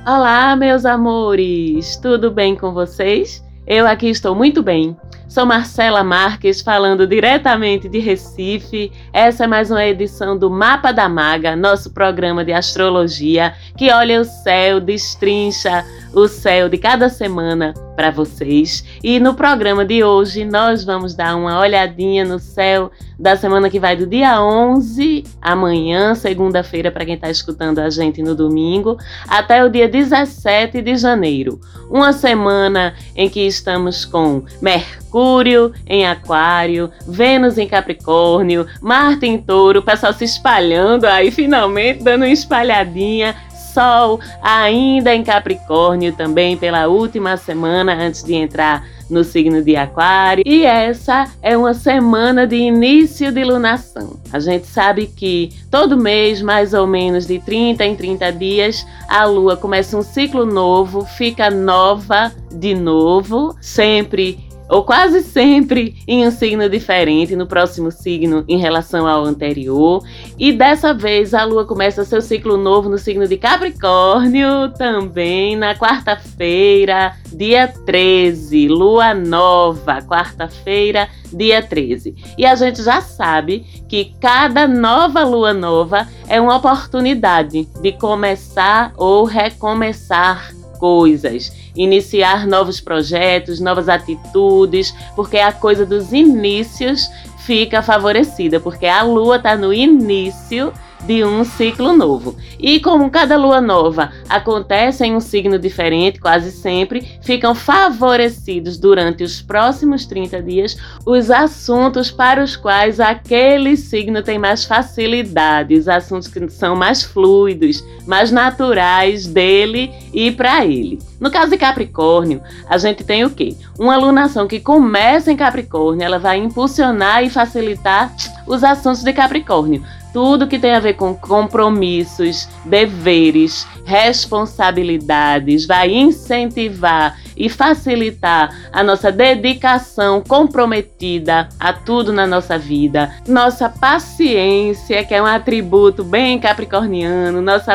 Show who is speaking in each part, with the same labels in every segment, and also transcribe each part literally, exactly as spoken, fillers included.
Speaker 1: Olá, meus amores! Tudo bem com vocês? Eu aqui estou muito bem. Sou Marcela Marques, falando diretamente de Recife. Essa é mais uma edição do Mapa da Maga, nosso programa de astrologia que olha o céu, destrincha o céu de cada semana para vocês. E no programa de hoje nós vamos dar uma olhadinha no céu da semana que vai do dia onze, amanhã, segunda-feira, para quem está escutando a gente no domingo, até o dia dezessete de janeiro. Uma semana em que estamos com Mercúrio em Aquário, Vênus em Capricórnio, Marte em Touro, o pessoal se espalhando aí, finalmente dando uma espalhadinha. Sol ainda em Capricórnio também pela última semana antes de entrar no signo de Aquário. E essa é uma semana de início de lunação. A gente sabe que todo mês, mais ou menos de trinta em trinta dias, a Lua começa um ciclo novo, fica nova de novo, sempre ou quase sempre em um signo diferente, no próximo signo em relação ao anterior. E dessa vez a Lua começa seu ciclo novo no signo de Capricórnio, também na quarta-feira, dia treze, Lua nova, quarta-feira, dia treze. E a gente já sabe que cada nova Lua nova é uma oportunidade de começar ou recomeçar coisas, iniciar novos projetos, novas atitudes, porque a coisa dos inícios fica favorecida, porque a Lua está no início de um ciclo novo. E como cada lua nova acontece em um signo diferente, quase sempre, ficam favorecidos durante os próximos trinta dias os assuntos para os quais aquele signo tem mais facilidade, os assuntos que são mais fluidos, mais naturais dele e para ele. No caso de Capricórnio, a gente tem o quê? Uma lunação que começa em Capricórnio, ela vai impulsionar e facilitar os assuntos de Capricórnio. Tudo que tem a ver com compromissos, deveres, responsabilidades, vai incentivar e facilitar a nossa dedicação comprometida a tudo na nossa vida. Nossa paciência, que é um atributo bem capricorniano, nossa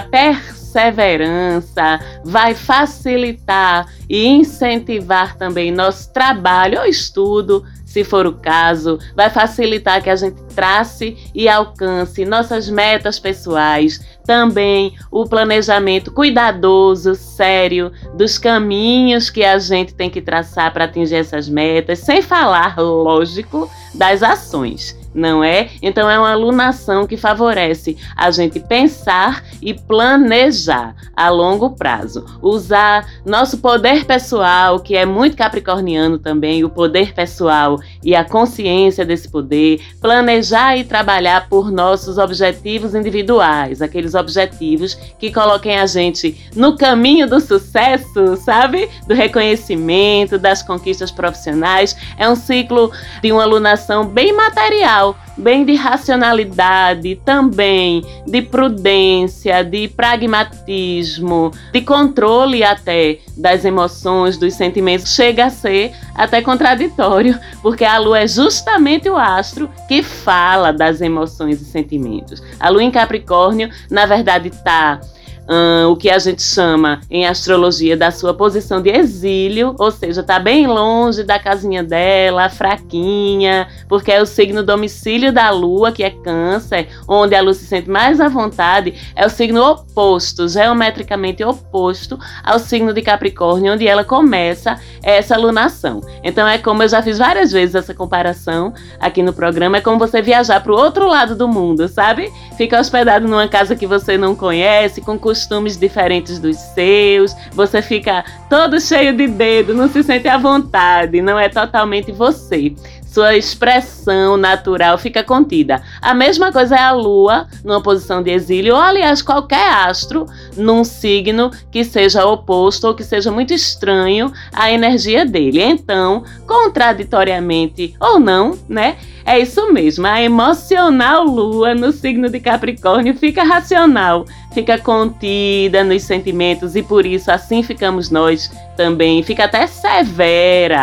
Speaker 1: perseverança, vai facilitar e incentivar também nosso trabalho ou estudo, se for o caso, vai facilitar que a gente trace e alcance nossas metas pessoais, também o planejamento cuidadoso, sério, dos caminhos que a gente tem que traçar para atingir essas metas, sem falar, lógico, das ações. Não é? Então é uma lunação que favorece a gente pensar e planejar a longo prazo. Usar nosso poder pessoal, que é muito capricorniano também, o poder pessoal e a consciência desse poder, planejar e trabalhar por nossos objetivos individuais, aqueles objetivos que coloquem a gente no caminho do sucesso, sabe? Do reconhecimento, das conquistas profissionais. É um ciclo de uma lunação bem material, bem de racionalidade, também de prudência, de pragmatismo, de controle até das emoções, dos sentimentos. Chega a ser até contraditório, porque a Lua é justamente o astro que fala das emoções e sentimentos. A Lua em Capricórnio, na verdade, está Hum, o que a gente chama em astrologia da sua posição de exílio, ou seja, está bem longe da casinha dela, fraquinha, porque é o signo domicílio da Lua, que é Câncer, onde a Lua se sente mais à vontade, é o signo oposto, geometricamente oposto ao signo de Capricórnio, onde ela começa essa lunação. Então é como eu já fiz várias vezes essa comparação aqui no programa, é como você viajar para o outro lado do mundo, sabe? Fica hospedado numa casa que você não conhece, com costumes diferentes dos seus, você fica todo cheio de dedo, não se sente à vontade, não é totalmente você. Sua expressão natural fica contida. A mesma coisa é a Lua numa posição de exílio, ou aliás qualquer astro num signo que seja oposto ou que seja muito estranho à energia dele. Então, contraditoriamente ou não, né? É isso mesmo, a emocional Lua no signo de Capricórnio fica racional, fica contida nos sentimentos e por isso assim ficamos nós também, fica até severa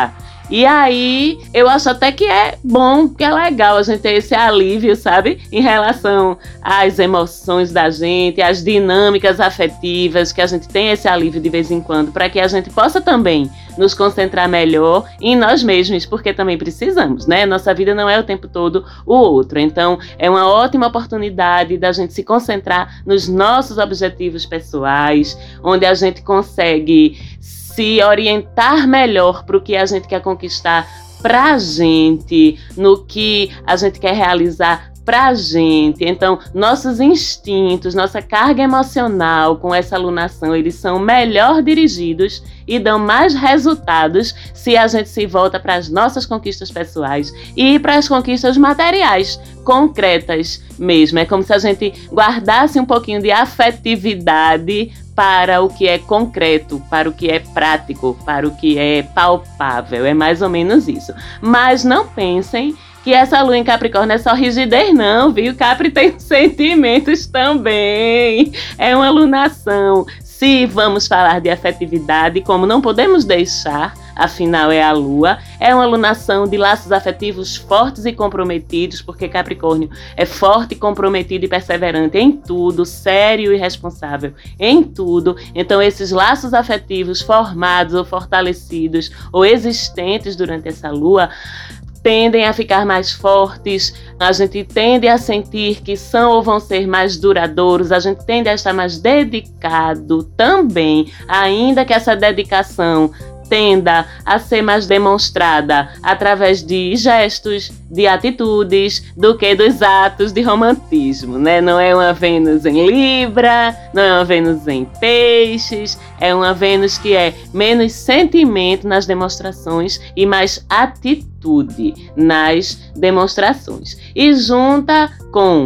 Speaker 1: E aí, eu acho até que é bom, que é legal a gente ter esse alívio, sabe? Em relação às emoções da gente, às dinâmicas afetivas, que a gente tem esse alívio de vez em quando, para que a gente possa também nos concentrar melhor em nós mesmos, porque também precisamos, né? Nossa vida não é o tempo todo o outro. Então, é uma ótima oportunidade da gente se concentrar nos nossos objetivos pessoais, onde a gente consegue se orientar melhor para o que a gente quer conquistar pra gente, no que a gente quer realizar pra gente. Então, nossos instintos, nossa carga emocional com essa alunação, eles são melhor dirigidos e dão mais resultados se a gente se volta para as nossas conquistas pessoais e para as conquistas materiais, concretas mesmo. É como se a gente guardasse um pouquinho de afetividade para o que é concreto, para o que é prático, para o que é palpável. É mais ou menos isso. Mas não pensem que essa lua em Capricórnio é só rigidez, não, viu? Capri tem sentimentos também. É uma alunação. Se vamos falar de afetividade, como não podemos deixar, afinal é a lua, é uma alunação de laços afetivos fortes e comprometidos, porque Capricórnio é forte, comprometido e perseverante em tudo, sério e responsável em tudo. Então esses laços afetivos formados ou fortalecidos ou existentes durante essa lua tendem a ficar mais fortes, a gente tende a sentir que são ou vão ser mais duradouros, a gente tende a estar mais dedicado também, ainda que essa dedicação tenda a ser mais demonstrada através de gestos, de atitudes, do que dos atos de romantismo, né? Não é uma Vênus em Libra, não é uma Vênus em Peixes, é uma Vênus que é menos sentimento nas demonstrações e mais atitude nas demonstrações. E junta com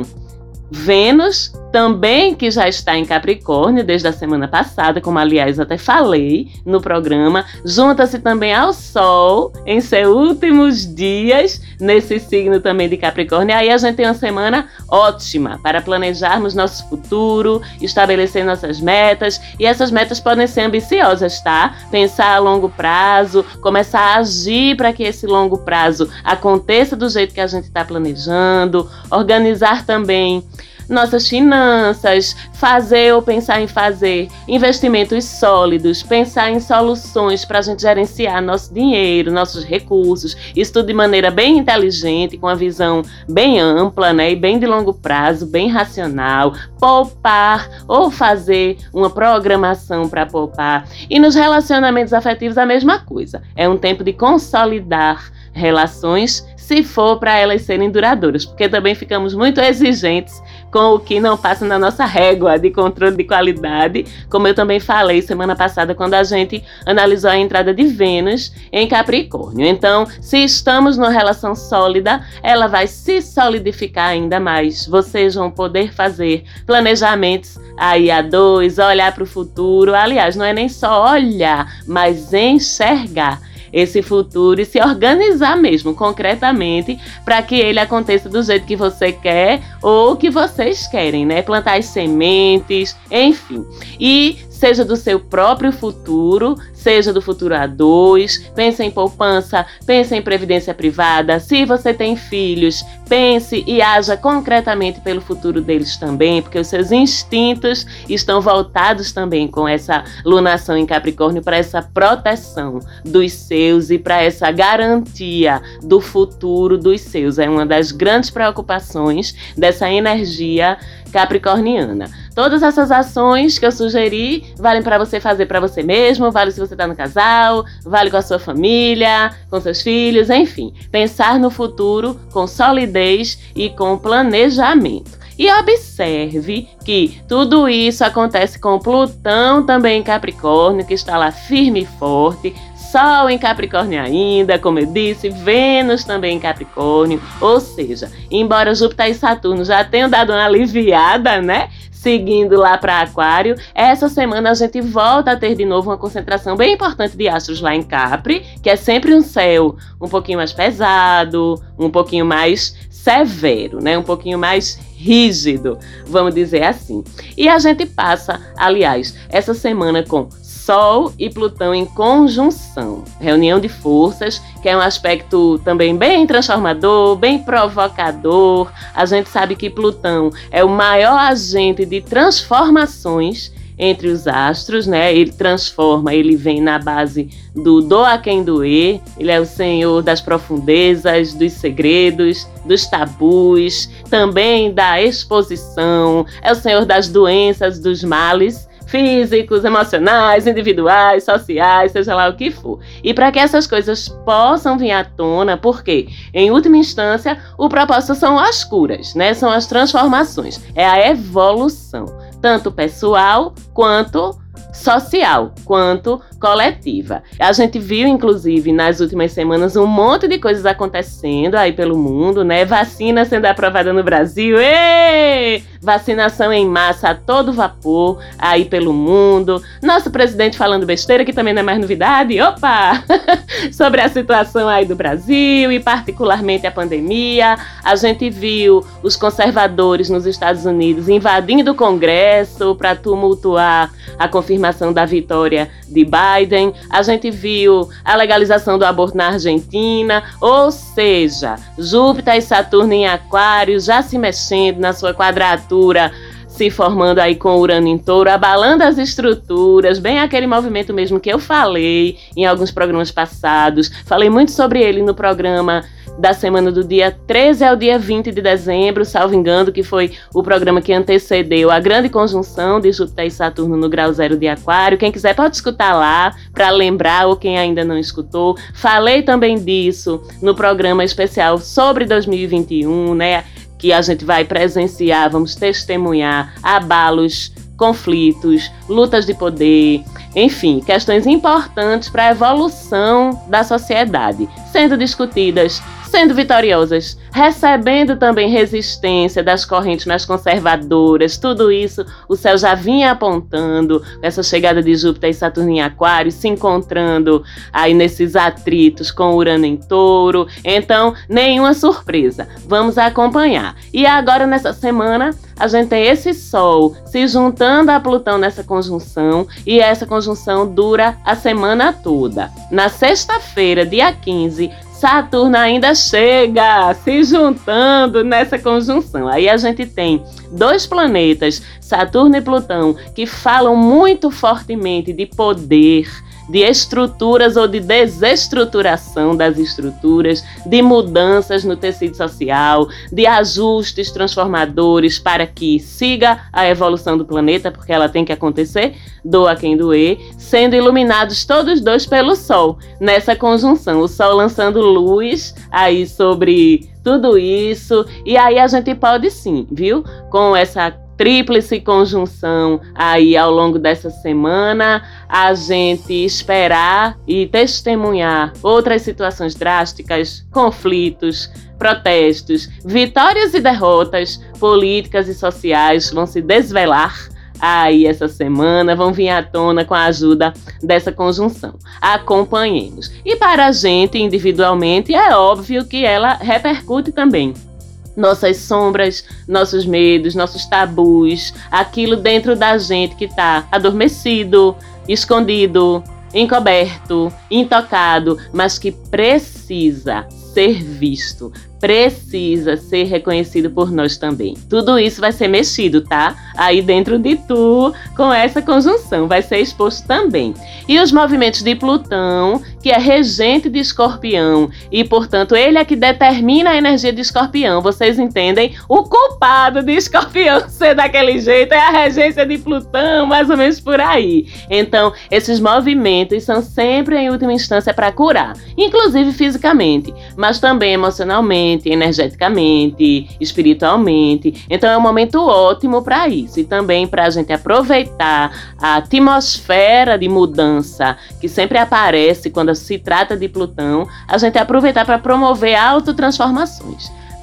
Speaker 1: Vênus, também que já está em Capricórnio desde a semana passada, como aliás até falei no programa, junta-se também ao Sol em seus últimos dias nesse signo também de Capricórnio. Aí a gente tem uma semana ótima para planejarmos nosso futuro, estabelecer nossas metas, e essas metas podem ser ambiciosas, tá? Pensar a longo prazo, começar a agir para que esse longo prazo aconteça do jeito que a gente está planejando, organizar também nossas finanças, fazer ou pensar em fazer investimentos sólidos, pensar em soluções para a gente gerenciar nosso dinheiro, nossos recursos, isso tudo de maneira bem inteligente, com uma visão bem ampla, né, e bem de longo prazo, bem racional, poupar ou fazer uma programação para poupar. E nos relacionamentos afetivos a mesma coisa, é um tempo de consolidar relações, se for para elas serem duradouras, porque também ficamos muito exigentes com o que não passa na nossa régua de controle de qualidade, como eu também falei semana passada quando a gente analisou a entrada de Vênus em Capricórnio. Então, se estamos numa relação sólida, ela vai se solidificar ainda mais. Vocês vão poder fazer planejamentos aí a dois, olhar para o futuro. Aliás, não é nem só olhar, mas enxergar esse futuro e se organizar mesmo, concretamente, para que ele aconteça do jeito que você quer ou que vocês querem, né? Plantar as sementes, enfim. E seja do seu próprio futuro, seja do futuro a dois, pense em poupança, pense em previdência privada. Se você tem filhos, pense e haja concretamente pelo futuro deles também, porque os seus instintos estão voltados também com essa lunação em Capricórnio para essa proteção dos seus e para essa garantia do futuro dos seus. É uma das grandes preocupações dessa energia capricorniana. Todas essas ações que eu sugeri valem para você fazer para você mesmo, vale se você está no casal, vale com a sua família, com seus filhos, enfim. Pensar no futuro com solidez e com planejamento. E observe que tudo isso acontece com Plutão também em Capricórnio, que está lá firme e forte, Sol em Capricórnio ainda, como eu disse, Vênus também em Capricórnio, ou seja, embora Júpiter e Saturno já tenham dado uma aliviada, né? Seguindo lá para Aquário, essa semana a gente volta a ter de novo uma concentração bem importante de astros lá em Capri, que é sempre um céu um pouquinho mais pesado, um pouquinho mais severo, né? Um pouquinho mais rígido, vamos dizer assim. E a gente passa, aliás, essa semana com Sol e Plutão em conjunção, reunião de forças, que é um aspecto também bem transformador, bem provocador. A gente sabe que Plutão é o maior agente de transformações entre os astros, né? Ele transforma, ele vem na base do doa quem doer, ele é o senhor das profundezas, dos segredos, dos tabus, também da exposição, é o senhor das doenças, dos males físicos, emocionais, individuais, sociais, seja lá o que for. E para que essas coisas possam vir à tona, porque, em última instância, o propósito são as curas, né? São as transformações, é a evolução, tanto pessoal quanto social, quanto coletiva. A gente viu, inclusive, nas últimas semanas, um monte de coisas acontecendo aí pelo mundo, né? Vacina sendo aprovada no Brasil, êêê! Vacinação em massa a todo vapor aí pelo mundo. Nosso presidente falando besteira, que também não é mais novidade, opa! Sobre a situação aí do Brasil e particularmente a pandemia. A gente viu os conservadores nos Estados Unidos invadindo o Congresso para tumultuar a confirmação da vitória de Biden. A gente viu a legalização do aborto na Argentina, ou seja, Júpiter e Saturno em Aquário já se mexendo na sua quadratura, se formando aí com Urano em Touro, abalando as estruturas, bem aquele movimento mesmo que eu falei em alguns programas passados. Falei muito sobre ele no programa da semana do dia treze ao dia vinte de dezembro, salvo engano, que foi o programa que antecedeu a grande conjunção de Júpiter e Saturno no grau zero de Aquário. Quem quiser pode escutar lá para lembrar, ou quem ainda não escutou. Falei também disso no programa especial sobre dois mil e vinte e um, né? Que a gente vai presenciar, vamos testemunhar abalos, conflitos, lutas de poder, enfim, questões importantes para a evolução da sociedade, sendo discutidas, sendo vitoriosas, recebendo também resistência das correntes mais conservadoras. Tudo isso o céu já vinha apontando, essa chegada de Júpiter e Saturno em Aquário, se encontrando aí nesses atritos com Urano em Touro. Então, nenhuma surpresa. Vamos acompanhar. E agora, nessa semana, a gente tem esse Sol se juntando a Plutão nessa conjunção, e essa conjunção dura a semana toda. Na sexta-feira, dia quinze, Saturno ainda chega se juntando nessa conjunção. Aí a gente tem dois planetas, Saturno e Plutão, que falam muito fortemente de poder, de estruturas ou de desestruturação das estruturas, de mudanças no tecido social, de ajustes transformadores para que siga a evolução do planeta, porque ela tem que acontecer, doa quem doer, sendo iluminados todos dois pelo Sol, nessa conjunção, o Sol lançando luz aí sobre tudo isso. E aí a gente pode sim, viu, com essa tríplice conjunção aí ao longo dessa semana, a gente esperar e testemunhar outras situações drásticas, conflitos, protestos, vitórias e derrotas políticas e sociais vão se desvelar aí essa semana, vão vir à tona com a ajuda dessa conjunção. Acompanhemos. E para a gente, individualmente, é óbvio que ela repercute também nossas sombras, nossos medos, nossos tabus, aquilo dentro da gente que está adormecido, escondido, encoberto, intocado, mas que precisa ser visto, precisa ser reconhecido por nós também. Tudo isso vai ser mexido, tá? Aí dentro de tu, com essa conjunção, vai ser exposto também. E os movimentos de Plutão, que é regente de Escorpião, e, portanto, ele é que determina a energia de Escorpião. Vocês entendem? O culpado de Escorpião ser daquele jeito é a regência de Plutão, mais ou menos por aí. Então, esses movimentos são sempre, em última instância, para curar, inclusive fisicamente, mas também emocionalmente, energeticamente, espiritualmente. Então é um momento ótimo para isso, e também para a gente aproveitar a atmosfera de mudança que sempre aparece quando se trata de Plutão, a gente aproveitar para promover autotransformações,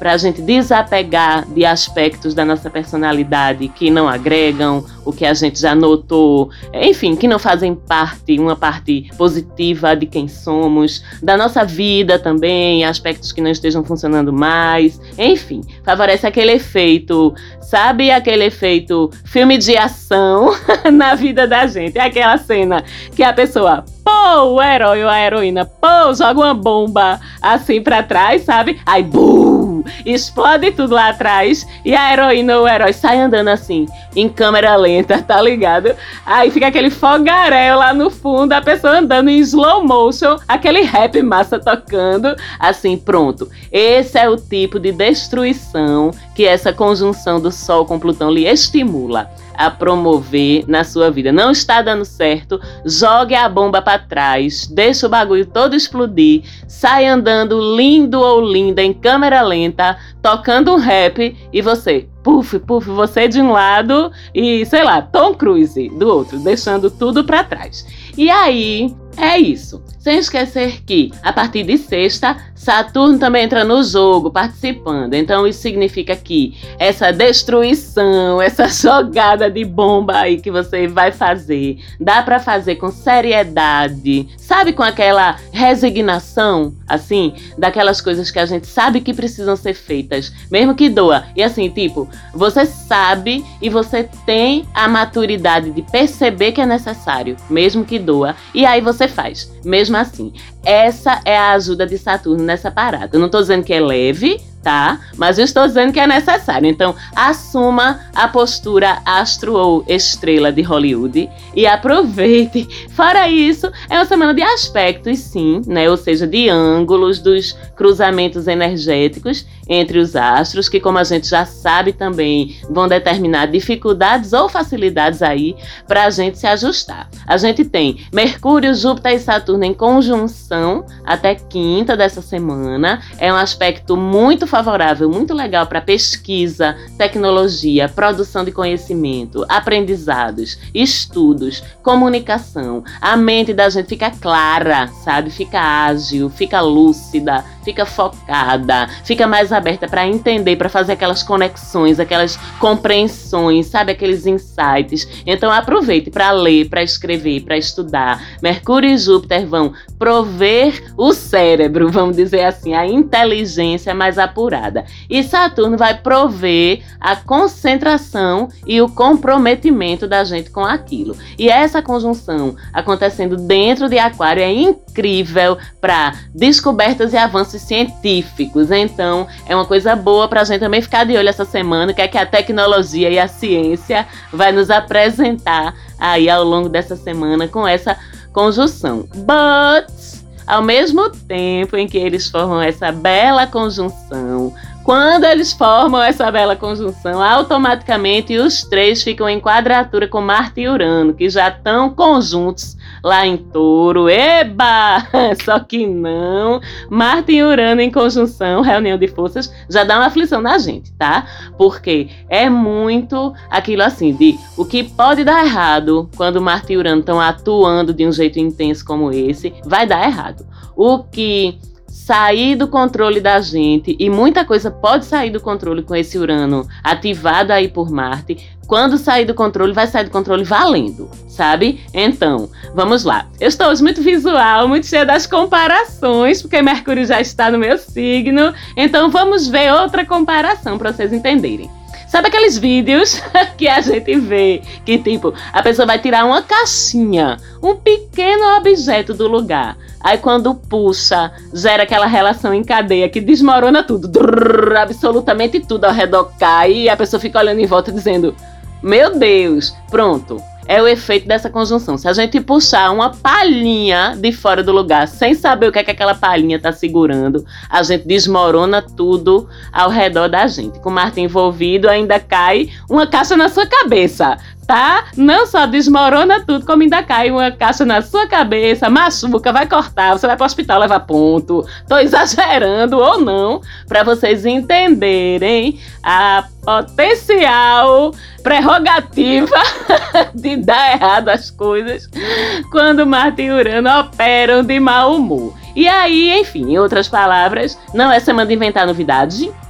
Speaker 1: para a gente desapegar de aspectos da nossa personalidade que não agregam, o que a gente já notou, enfim, que não fazem parte, uma parte positiva de quem somos, da nossa vida também, aspectos que não estejam funcionando mais, enfim, favorece aquele efeito, sabe, aquele efeito filme de ação na vida da gente, é aquela cena que a pessoa, pô, o herói ou a heroína, pô, joga uma bomba assim pra trás, sabe, aí, bum, explode tudo lá atrás e a heroína ou o herói sai andando assim, em câmera lenta, tá ligado? Aí fica aquele fogaréu lá no fundo, a pessoa andando em slow motion, aquele rap massa tocando, assim, pronto. Esse é o tipo de destruição que essa conjunção do Sol com Plutão lhe estimula a promover na sua vida. Não está dando certo, jogue a bomba para trás, deixa o bagulho todo explodir, sai andando lindo ou linda em câmera lenta, tocando um rap e você, puf, puf, você de um lado e, sei lá, Tom Cruise do outro, deixando tudo para trás. E aí, é isso. Sem esquecer que, a partir de sexta, Saturno também entra no jogo, participando. Então, isso significa que essa destruição, essa jogada de bomba aí que você vai fazer, dá pra fazer com seriedade, sabe, com aquela resignação, assim, daquelas coisas que a gente sabe que precisam ser feitas, mesmo que doa. E assim, tipo, você sabe e você tem a maturidade de perceber que é necessário, mesmo que doa, e aí você faz, mesmo assim. Essa é a ajuda de Saturno nessa parada. Eu não tô dizendo que é leve, tá? Mas eu estou dizendo que é necessário. Então, assuma a postura astro ou estrela de Hollywood e aproveite. Fora isso, é uma semana de aspectos, sim, né? Ou seja, de ângulos, dos cruzamentos energéticos entre os astros, que, como a gente já sabe também, vão determinar dificuldades ou facilidades aí para a gente se ajustar. A gente tem Mercúrio, Júpiter e Saturno em conjunção até quinta dessa semana. É um aspecto muito favorável, muito legal para pesquisa, tecnologia, produção de conhecimento, aprendizados, estudos, comunicação. A mente da gente fica clara, sabe? Fica ágil, fica lúcida, fica focada, fica mais aberta para entender, para fazer aquelas conexões, aquelas compreensões, sabe? Aqueles insights. Então aproveite para ler, para escrever, para estudar. Mercúrio e Júpiter vão prover o cérebro, vamos dizer assim, a inteligência mais apurada. E Saturno vai prover a concentração e o comprometimento da gente com aquilo. E essa conjunção acontecendo dentro de Aquário é incrível para descobertas e avanços científicos. Então, é uma coisa boa para a gente também ficar de olho essa semana, que é que a tecnologia e a ciência vai nos apresentar aí ao longo dessa semana com essa conjunção. But, ao mesmo tempo em que eles formam essa bela conjunção, quando eles formam essa bela conjunção, automaticamente os três ficam em quadratura com Marte e Urano, que já estão conjuntos lá em Touro. Eba! Só que não. Marte e Urano em conjunção, reunião de forças, já dá uma aflição na gente, tá? Porque é muito aquilo assim, de o que pode dar errado quando Marte e Urano estão atuando de um jeito intenso como esse, vai dar errado. O que sair do controle da gente, e muita coisa pode sair do controle com esse Urano ativado aí por Marte. Quando sair do controle, vai sair do controle valendo, sabe? Então, vamos lá. Eu estou hoje muito visual, muito cheia das comparações, porque Mercúrio já está no meu signo. Então, vamos ver outra comparação para vocês entenderem. Sabe aqueles vídeos que a gente vê que, tipo, a pessoa vai tirar uma caixinha, um pequeno objeto do lugar. Aí, quando puxa, gera aquela relação em cadeia que desmorona tudo. Drrr, absolutamente tudo ao redor cai e a pessoa fica olhando em volta dizendo: meu Deus, pronto. É o efeito dessa conjunção. Se a gente puxar uma palhinha de fora do lugar, sem saber o que é que aquela palhinha está segurando, a gente desmorona tudo ao redor da gente. Com Marte envolvido, ainda cai uma caixa na sua cabeça, tá? Não só desmorona tudo, como ainda cai uma caixa na sua cabeça, machuca, vai cortar, você vai para o hospital levar ponto. Tô exagerando ou não, para vocês entenderem a potencial prerrogativa de dar errado as coisas quando Marte e Urano operam de mau humor. E aí, enfim, em outras palavras, não é semana de inventar novidade,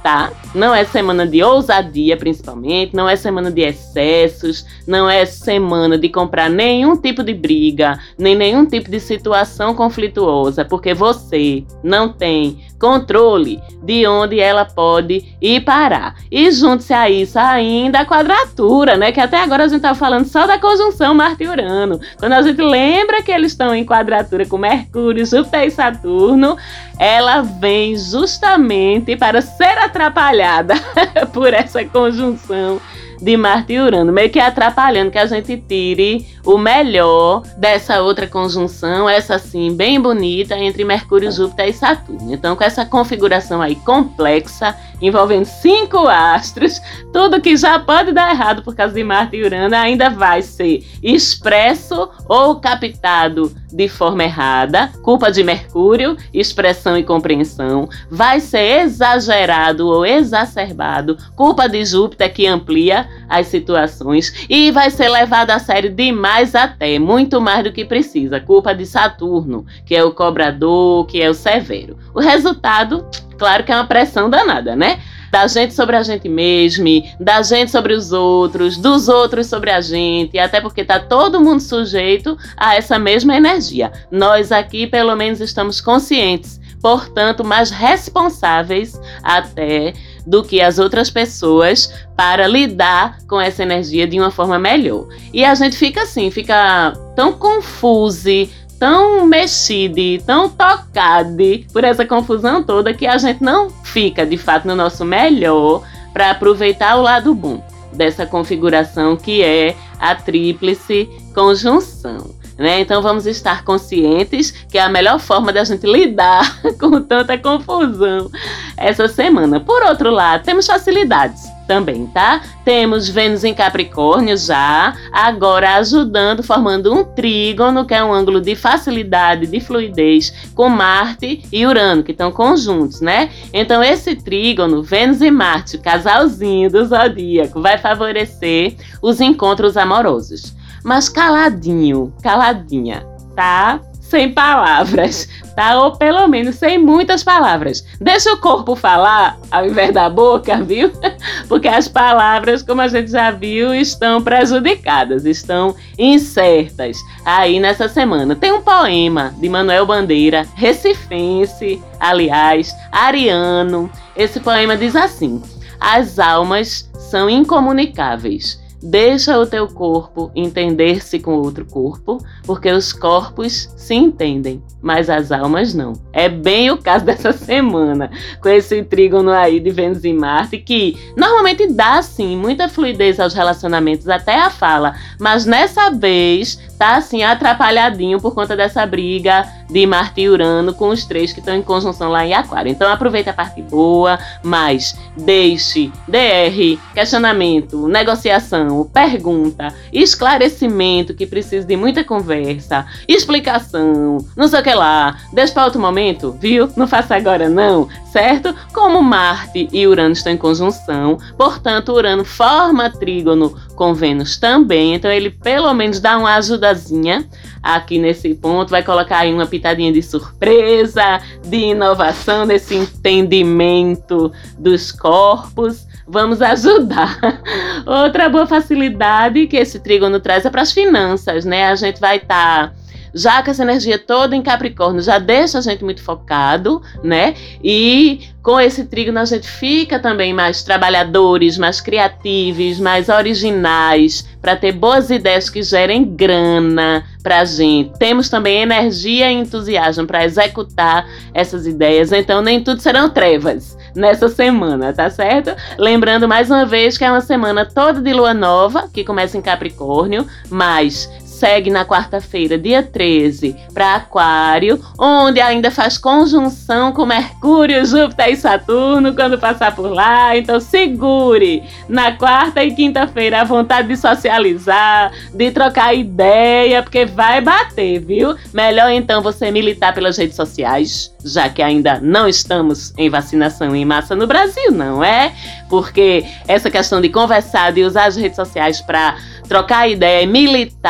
Speaker 1: tá? Não é semana de ousadia, principalmente, não é semana de excessos, não é semana de comprar nenhum tipo de briga, nem nenhum tipo de situação conflituosa, porque você não tem controle de onde ela pode ir parar. E junte-se a isso ainda a quadratura, né? Que até agora a gente estava falando só da conjunção Marte e Urano. Quando a gente lembra que eles estão em quadratura com Mercúrio, Júpiter e Saturno, ela vem justamente para ser atrapalhada por essa conjunção de Marte e Urano, meio que atrapalhando que a gente tire o melhor dessa outra conjunção, essa assim, bem bonita, entre Mercúrio, Júpiter e Saturno. Então, com essa configuração aí complexa, envolvendo cinco astros, tudo que já pode dar errado por causa de Marte e Urano ainda vai ser expresso ou captado de forma errada, culpa de Mercúrio, expressão e compreensão, vai ser exagerado ou exacerbado, culpa de Júpiter, que amplia as situações, e vai ser levado a sério demais até, muito mais do que precisa, culpa de Saturno, que é o cobrador, que é o severo. O resultado, claro que é uma pressão danada, né? Da gente sobre a gente mesmo, da gente sobre os outros, dos outros sobre a gente, até porque tá todo mundo sujeito a essa mesma energia. Nós aqui, pelo menos, estamos conscientes, portanto, mais responsáveis até do que as outras pessoas para lidar com essa energia de uma forma melhor. E a gente fica assim, fica tão confuso, tão mexido, tão tocado por essa confusão toda que a gente não fica, de fato, no nosso melhor para aproveitar o lado bom dessa configuração que é a tríplice conjunção. Né? Então vamos estar conscientes que é a melhor forma da gente lidar com tanta confusão essa semana. Por outro lado, temos facilidades também, tá? Temos Vênus em Capricórnio já, agora ajudando, formando um trígono, que é um ângulo de facilidade, de fluidez, com Marte e Urano, que estão conjuntos, né? Então esse trígono, Vênus e Marte, casalzinho do zodíaco, vai favorecer os encontros amorosos. Mas caladinho, caladinha, tá? Sem palavras, tá? Ou pelo menos sem muitas palavras. Deixa o corpo falar ao invés da boca, viu? Porque as palavras, como a gente já viu, estão prejudicadas, estão incertas aí nessa semana. Tem um poema de Manuel Bandeira, recifense, aliás, ariano. Esse poema diz assim: as almas são incomunicáveis. Deixa o teu corpo entender-se com outro corpo, porque os corpos se entendem, mas as almas não. É bem o caso dessa semana, com esse trígono aí de Vênus e Marte, que normalmente dá, sim, muita fluidez aos relacionamentos, até a fala, mas nessa vez tá, assim, atrapalhadinho por conta dessa briga de Marte e Urano com os três que estão em conjunção lá em Aquário. Então aproveita a parte boa, mas deixe D R, questionamento, negociação, pergunta, esclarecimento, que precisa de muita conversa, explicação, não sei o que lá, deixa para outro momento, viu? Não faça agora não, certo? Como Marte e Urano estão em conjunção, portanto Urano forma trígono com Vênus também, então ele pelo menos dá uma ajudazinha aqui nesse ponto, vai colocar aí uma pitadinha de surpresa, de inovação nesse entendimento dos corpos. Vamos ajudar. Outra boa facilidade que esse trígono traz é para as finanças, né? A gente vai estar... Tá já com essa energia toda em Capricórnio, já deixa a gente muito focado, né? E com esse trígono a gente fica também mais trabalhadores, mais criativos, mais originais, para ter boas ideias que gerem grana pra gente. Temos também energia e entusiasmo para executar essas ideias, então nem tudo serão trevas nessa semana, tá certo? Lembrando mais uma vez que é uma semana toda de lua nova, que começa em Capricórnio, mas segue na quarta-feira, dia treze, para Aquário, onde ainda faz conjunção com Mercúrio, Júpiter e Saturno quando passar por lá. Então segure na quarta e quinta-feira a vontade de socializar, de trocar ideia, porque vai bater, viu? Melhor então você militar pelas redes sociais, já que ainda não estamos em vacinação em massa no Brasil, não é? Porque essa questão de conversar, de usar as redes sociais para trocar ideia, militar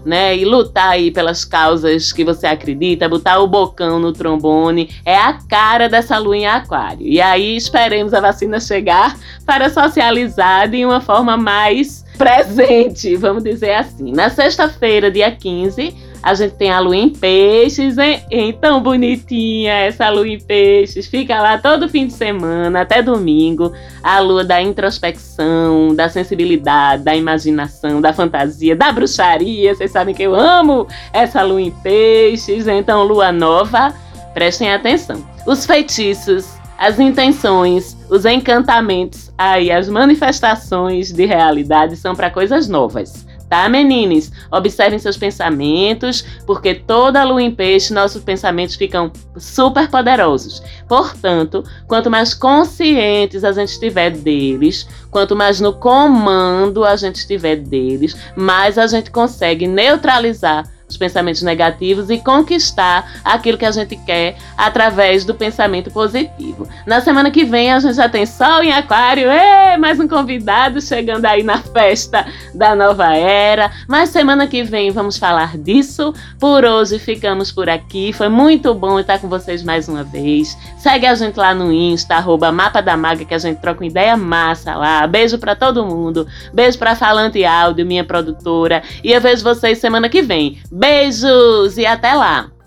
Speaker 1: né? E lutar aí pelas causas que você acredita, botar o bocão no trombone, é a cara dessa lua em aquário. E aí esperemos a vacina chegar para socializar de uma forma mais presente, vamos dizer assim. Na sexta-feira, dia quinze, a gente tem a lua em peixes, hein? hein? Tão bonitinha essa lua em peixes. Fica lá todo fim de semana, até domingo. A lua da introspecção, da sensibilidade, da imaginação, da fantasia, da bruxaria. Vocês sabem que eu amo essa lua em peixes. Então, lua nova, prestem atenção. Os feitiços, as intenções, os encantamentos, aí as manifestações de realidade são para coisas novas. Tá, meninas? Observem seus pensamentos, porque toda lua em peixe, nossos pensamentos ficam super poderosos. Portanto, quanto mais conscientes a gente estiver deles, quanto mais no comando a gente estiver deles, mais a gente consegue neutralizar os pensamentos negativos e conquistar aquilo que a gente quer através do pensamento positivo. Na semana que vem a gente já tem Sol em Aquário, Ê, mais um convidado chegando aí na festa da nova era, mas semana que vem vamos falar disso. Por hoje ficamos por aqui, foi muito bom estar com vocês mais uma vez. Segue a gente lá no Insta, arroba Mapa da Maga, que a gente troca uma ideia massa lá. Beijo pra todo mundo, beijo pra Falante Áudio, minha produtora, e eu vejo vocês semana que vem. Beijos e até lá!